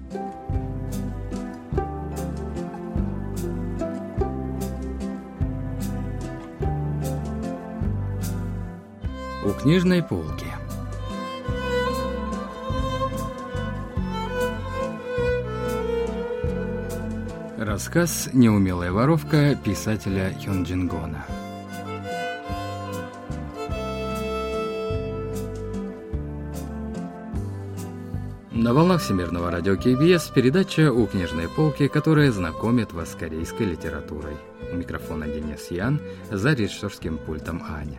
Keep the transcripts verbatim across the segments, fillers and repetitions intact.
У книжной полки. Рассказ «Неумелая воровка» писателя Хён Джин-гона. На волнах Всемирного радио кей би эс передача «У книжной полки», которая знакомит вас с корейской литературой. У микрофона Денис Ян, за режиссерским пультом Аня.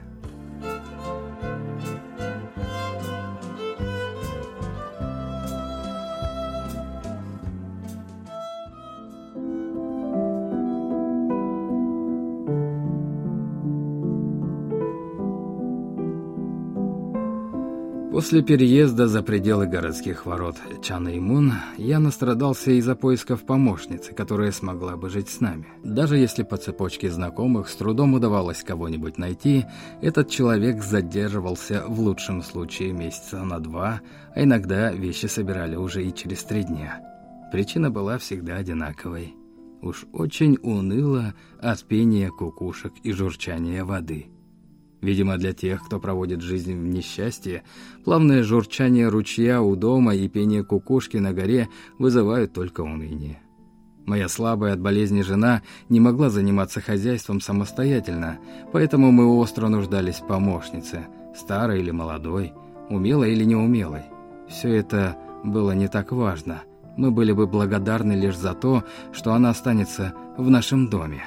После переезда за пределы городских ворот Чанэймун я настрадался из-за поисков помощницы, которая смогла бы жить с нами. Даже если по цепочке знакомых с трудом удавалось кого-нибудь найти, этот человек задерживался в лучшем случае месяца на два, а иногда вещи собирали уже и через три дня. Причина была всегда одинаковой. Уж очень уныло от пения кукушек и журчания воды. Видимо, для тех, кто проводит жизнь в несчастье, плавное журчание ручья у дома и пение кукушки на горе вызывают только уныние. Моя слабая от болезни жена не могла заниматься хозяйством самостоятельно, поэтому мы остро нуждались в помощнице, старой или молодой, умелой или неумелой. Все это было не так важно. Мы были бы благодарны лишь за то, что она останется в нашем доме.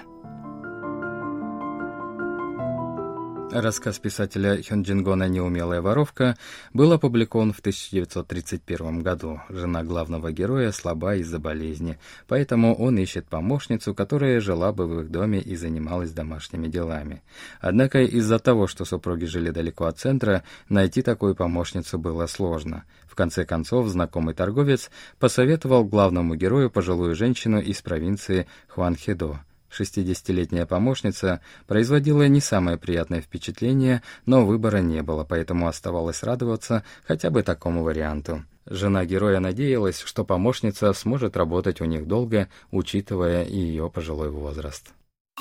Рассказ писателя Хён Джин-гона «Неумелая воровка» был опубликован в тысяча девятьсот тридцать первом году. Жена главного героя слаба из-за болезни, поэтому он ищет помощницу, которая жила бы в их доме и занималась домашними делами. Однако из-за того, что супруги жили далеко от центра, найти такую помощницу было сложно. В конце концов, знакомый торговец посоветовал главному герою пожилую женщину из провинции Хванхедо. Шестидесятилетняя помощница производила не самое приятное впечатление, но выбора не было, поэтому оставалось радоваться хотя бы такому варианту. Жена героя надеялась, что помощница сможет работать у них долго, учитывая и ее пожилой возраст.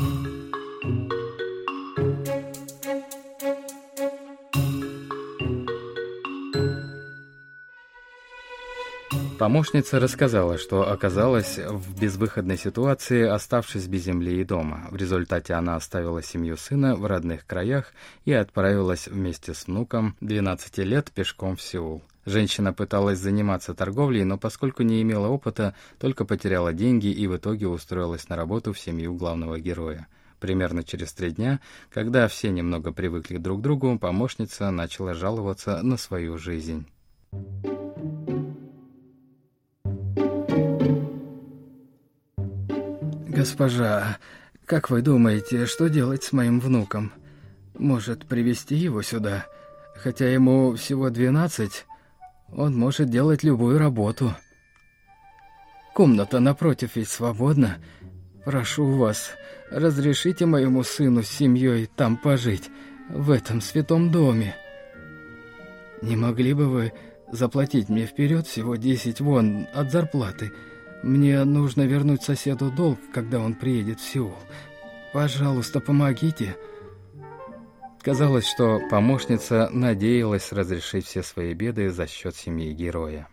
Помощница рассказала, что оказалась в безвыходной ситуации, оставшись без земли и дома. В результате она оставила семью сына в родных краях и отправилась вместе с внуком двенадцати лет пешком в Сеул. Женщина пыталась заниматься торговлей, но поскольку не имела опыта, только потеряла деньги и в итоге устроилась на работу в семью главного героя. Примерно через три дня, когда все немного привыкли друг к другу, помощница начала жаловаться на свою жизнь. «Госпожа, как вы думаете, что делать с моим внуком? Может, привезти его сюда? Хотя ему всего двенадцать, он может делать любую работу. Комната напротив ведь свободна. Прошу вас, разрешите моему сыну с семьей там пожить, в этом святом доме. Не могли бы вы заплатить мне вперед всего десять вон от зарплаты? Мне нужно вернуть соседу долг, когда он приедет в Сеул. Пожалуйста, помогите». Казалось, что помощница надеялась разрешить все свои беды за счет семьи героя.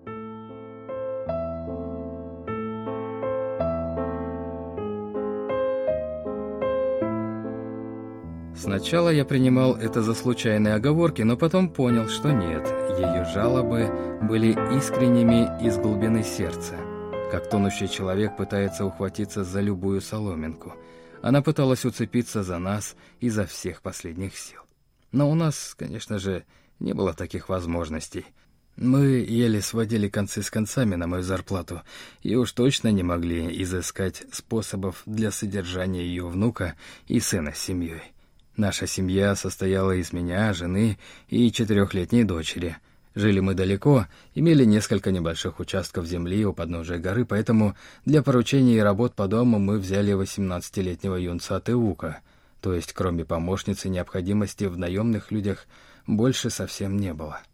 Сначала я принимал это за случайные оговорки, но потом понял, что нет, ее жалобы были искренними из глубины сердца. Как тонущий человек пытается ухватиться за любую соломинку. Она пыталась уцепиться за нас изо всех последних сил. Но у нас, конечно же, не было таких возможностей. Мы еле сводили концы с концами на мою зарплату и уж точно не могли изыскать способов для содержания ее внука и сына с семьей. Наша семья состояла из меня, жены и четырехлетней дочери. Жили мы далеко, имели несколько небольших участков земли у подножия горы, поэтому для поручений и работ по дому мы взяли восемнадцатилетнего юнца Теука, то есть кроме помощницы необходимости в наемных людях больше совсем не было.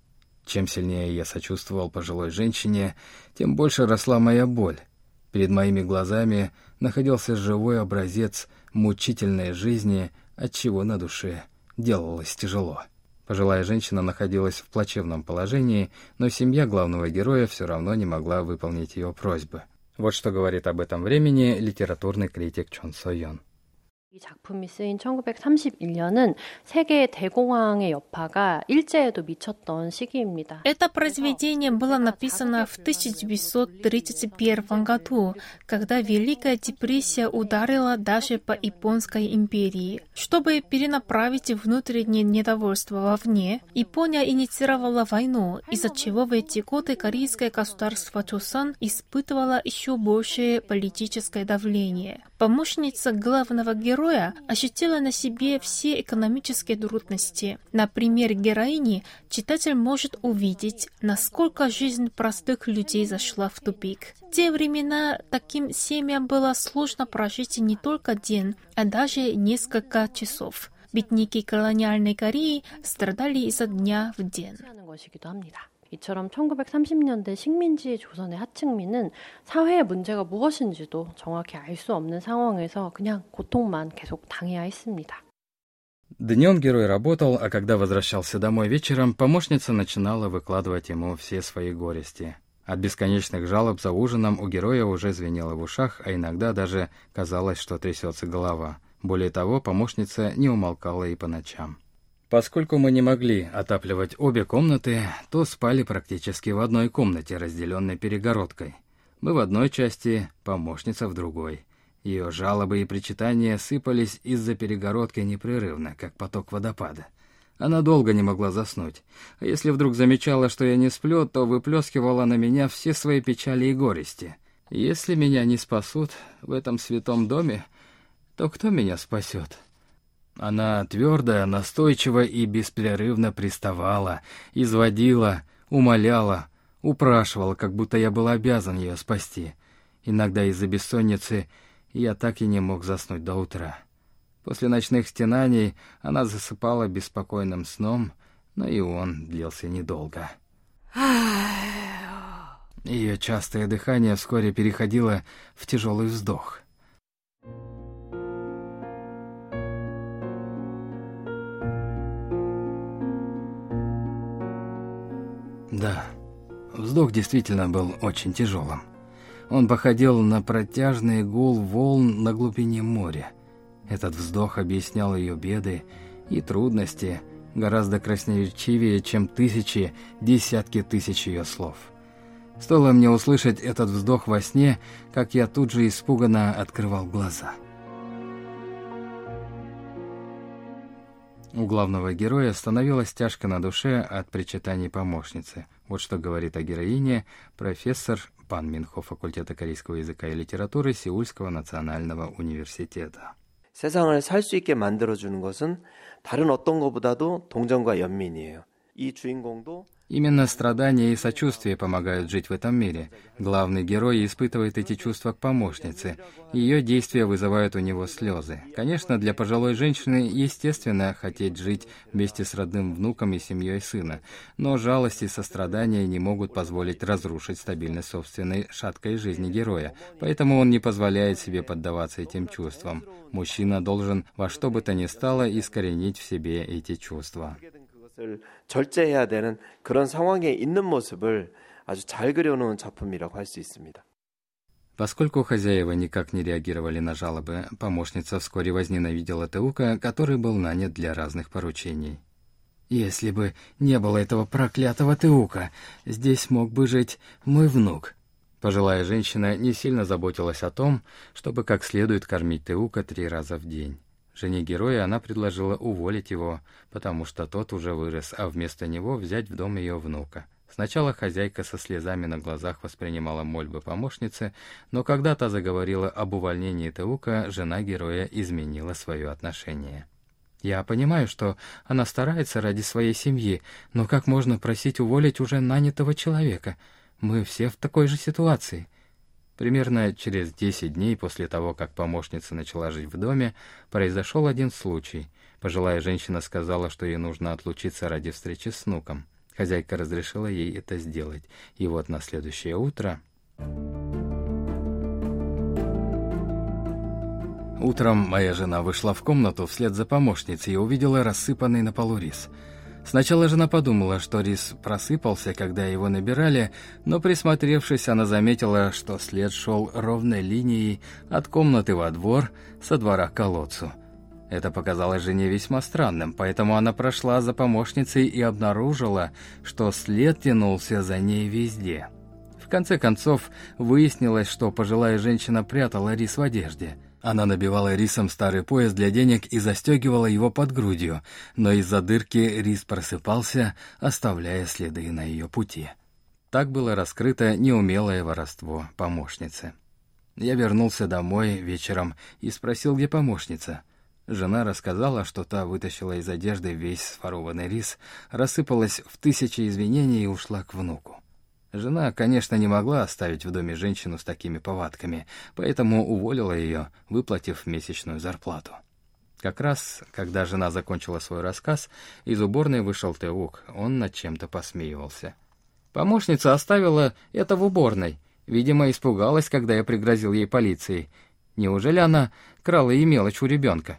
Чем сильнее я сочувствовал пожилой женщине, тем больше росла моя боль. Перед моими глазами находился живой образец мучительной жизни, отчего на душе делалось тяжело. Пожилая женщина находилась в плачевном положении, но семья главного героя все равно не могла выполнить ее просьбы. Вот что говорит об этом времени литературный критик Чон Со-연. 이 작품이 쓰인 천구백삼십일 년은 세계 대공황의 여파가 일제에도 미쳤던 시기입니다. Это произведение было написано в тысяча девятьсот тридцать первом году, когда Великая депрессия ударила даже по Японской империи. Чтобы перенаправить внутреннее недовольство вовне, Япония инициировала войну, из-за чего в эти годы корейское государство Чосон испытывало еще большее политическое давление. Помощница главного героя ощутила на себе все экономические трудности. На примере героини читатель может увидеть, насколько жизнь простых людей зашла в тупик. В те времена таким семьям было сложно прожить не только день, а даже несколько часов. Бедняки колониальной Кореи страдали изо дня в день. 이처럼 천구백삼십 년대 식민지 조선의 하층민은 사회의 문제가 무엇인지도 정확히 알 수 없는 상황에서 그냥 고통만 계속 당해야 했습니다. Днем герой работал, а когда возвращался домой вечером, помощница начинала выкладывать ему все свои горести. От бесконечных жалоб за ужином у героя уже звенело в ушах, а иногда даже казалось, что трясется голова. Более того, помощница не умолкала и по ночам. Поскольку мы не могли отапливать обе комнаты, то спали практически в одной комнате, разделенной перегородкой. Мы в одной части, помощница в другой. Ее жалобы и причитания сыпались из-за перегородки непрерывно, как поток водопада. Она долго не могла заснуть, а если вдруг замечала, что я не сплю, то выплескивала на меня все свои печали и горести. Если меня не спасут в этом святом доме, то кто меня спасет? Она твердо, настойчиво и беспрерывно приставала, изводила, умоляла, упрашивала, как будто я был обязан ее спасти. Иногда из-за бессонницы я так и не мог заснуть до утра. После ночных стенаний она засыпала беспокойным сном, но и он длился недолго. Ее частое дыхание вскоре переходило в тяжелый вздох. Да, вздох действительно был очень тяжелым. Он походил на протяжный гул волн на глубине моря. Этот вздох объяснял ее беды и трудности гораздо красноречивее, чем тысячи, десятки тысяч ее слов. Стоило мне услышать этот вздох во сне, как я тут же испуганно открывал глаза. У главного героя становилось тяжко на душе от причитаний помощницы. Вот что говорит о героине профессор Пан Минхо факультета корейского языка и литературы Сеульского национального университета. 세상을 살 수 있게 만들어주는 것은 다른 어떤 것보다도 동정과 연민이에요. 이 주인공도 Именно страдания и сочувствие помогают жить в этом мире. Главный герой испытывает эти чувства к помощнице. Ее действия вызывают у него слезы. Конечно, для пожилой женщины естественно хотеть жить вместе с родным внуком и семьей сына, но жалость и сострадание не могут позволить разрушить стабильность собственной шаткой жизни героя, поэтому он не позволяет себе поддаваться этим чувствам. Мужчина должен во что бы то ни стало искоренить в себе эти чувства. 절제해야 되는 그런 상황에 있는 모습을 아주 잘 그려놓은 작품이라고 할 수 있습니다. Поскольку хозяева никак не реагировали на жалобы, помощница вскоре возненавидела Теука, который был нанят для разных поручений. «Если бы не было этого проклятого Теука, здесь мог бы жить мой внук». Пожилая женщина не сильно заботилась о том, чтобы как следует кормить Теука три раза в день. Жене героя она предложила уволить его, потому что тот уже вырос, а вместо него взять в дом ее внука. Сначала хозяйка со слезами на глазах воспринимала мольбы помощницы, но когда та заговорила об увольнении Теука, жена героя изменила свое отношение. «Я понимаю, что она старается ради своей семьи, но как можно просить уволить уже нанятого человека? Мы все в такой же ситуации». Примерно через десять дней после того, как помощница начала жить в доме, произошел один случай. Пожилая женщина сказала, что ей нужно отлучиться ради встречи с внуком. Хозяйка разрешила ей это сделать, и вот на следующее утро... Утром моя жена вышла в комнату вслед за помощницей и увидела рассыпанный на полу рис. Сначала жена подумала, что рис просыпался, когда его набирали, но, присмотревшись, она заметила, что след шел ровной линией от комнаты во двор, со двора к колодцу. Это показалось жене весьма странным, поэтому она прошла за помощницей и обнаружила, что след тянулся за ней везде. В конце концов, выяснилось, что пожилая женщина прятала рис в одежде. Она набивала рисом старый пояс для денег и застегивала его под грудью, но из-за дырки рис просыпался, оставляя следы на ее пути. Так было раскрыто неумелое воровство помощницы. Я вернулся домой вечером и спросил, где помощница. Жена рассказала, что та вытащила из одежды весь сворованный рис, рассыпалась в тысячи извинений и ушла к внуку. Жена, конечно, не могла оставить в доме женщину с такими повадками, поэтому уволила ее, выплатив месячную зарплату. Как раз, когда жена закончила свой рассказ, из уборной вышел Теук, он над чем-то посмеивался. Помощница оставила это в уборной. Видимо, испугалась, когда я пригрозил ей полицией. Неужели она крала ей мелочь у ребенка?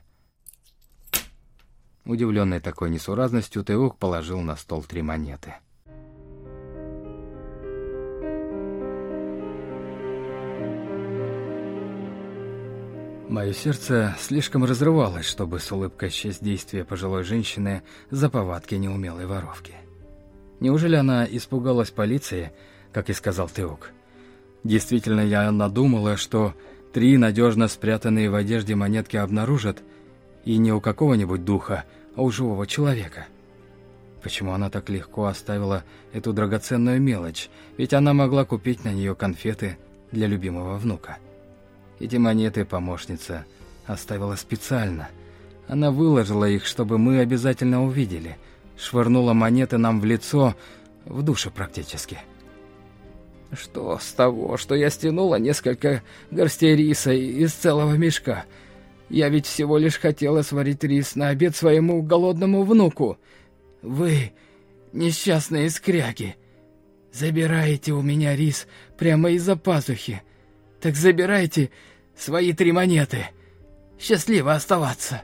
Удивленный такой несуразностью, Теук положил на стол три монеты. Мое сердце слишком разрывалось, чтобы с улыбкой счесть действия пожилой женщины за повадки неумелой воровки. Неужели она испугалась полиции, как и сказал Теук? Действительно, я надумала, что три надежно спрятанные в одежде монетки обнаружат, и не у какого-нибудь духа, а у живого человека. Почему она так легко оставила эту драгоценную мелочь? Ведь она могла купить на нее конфеты для любимого внука. Эти монеты помощница оставила специально. Она выложила их, чтобы мы обязательно увидели. Швырнула монеты нам в лицо, в душе практически. Что с того, что я стянула несколько горстей риса из целого мешка? Я ведь всего лишь хотела сварить рис на обед своему голодному внуку. Вы, несчастные скряги, забираете у меня рис прямо из-за пазухи. Так забирайте свои три монеты. Счастливо оставаться.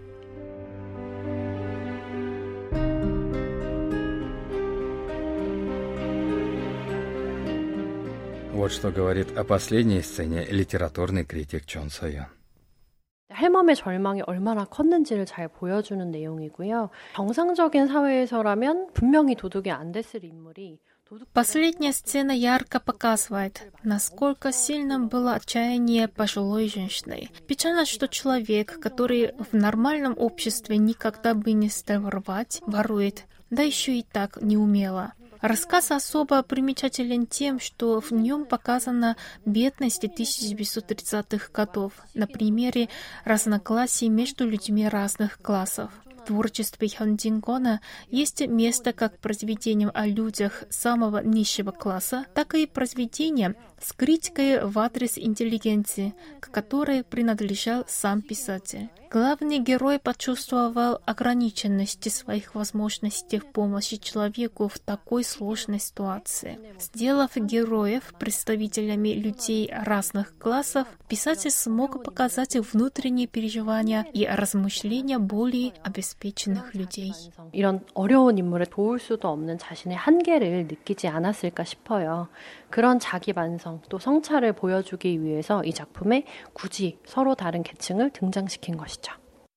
Вот что говорит о последней сцене литературный критик Чон Со-연. 할멈의 절망이 얼마나 컸는지를 잘 보여주는 내용이고요. 정상적인 사회에서라면 분명히 도둑이 안 됐을 인물이 Последняя сцена ярко показывает, насколько сильным было отчаяние пожилой женщины. Печально, что человек, который в нормальном обществе никогда бы не стал воровать, ворует, да еще и так неумело. Рассказ особо примечателен тем, что в нем показана бедность тысяча девятьсот тридцатых годов на примере разногласий между людьми разных классов. В творчестве Хён Джин-гона есть место как произведениям о людях самого низшего класса, так и произведениям с критикой в адрес интеллигенции, к которой принадлежал сам писатель. Главный герой почувствовал ограниченность своих возможностей в помощи человеку в такой сложной ситуации. Сделав героев представителями людей разных классов, писатель смог показать внутренние переживания и размышления более обеспеченных людей. 이런 어려운 인물을 도울 수도 없는 자신의 한계를 느끼지 않았을까 싶어요. 그런 자기 반성 또 성찰을 보여주기 위해서 이 작품에 굳이 서로 다른 계층을 등장시킨 것이죠.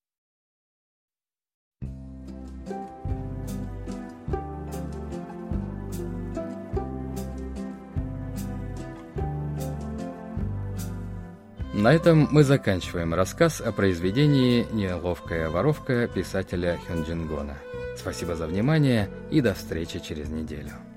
На этом мы заканчиваем рассказ о произведении «Неловкая воровка» писателя Хён Джин-гона. Спасибо за внимание и до встречи через неделю.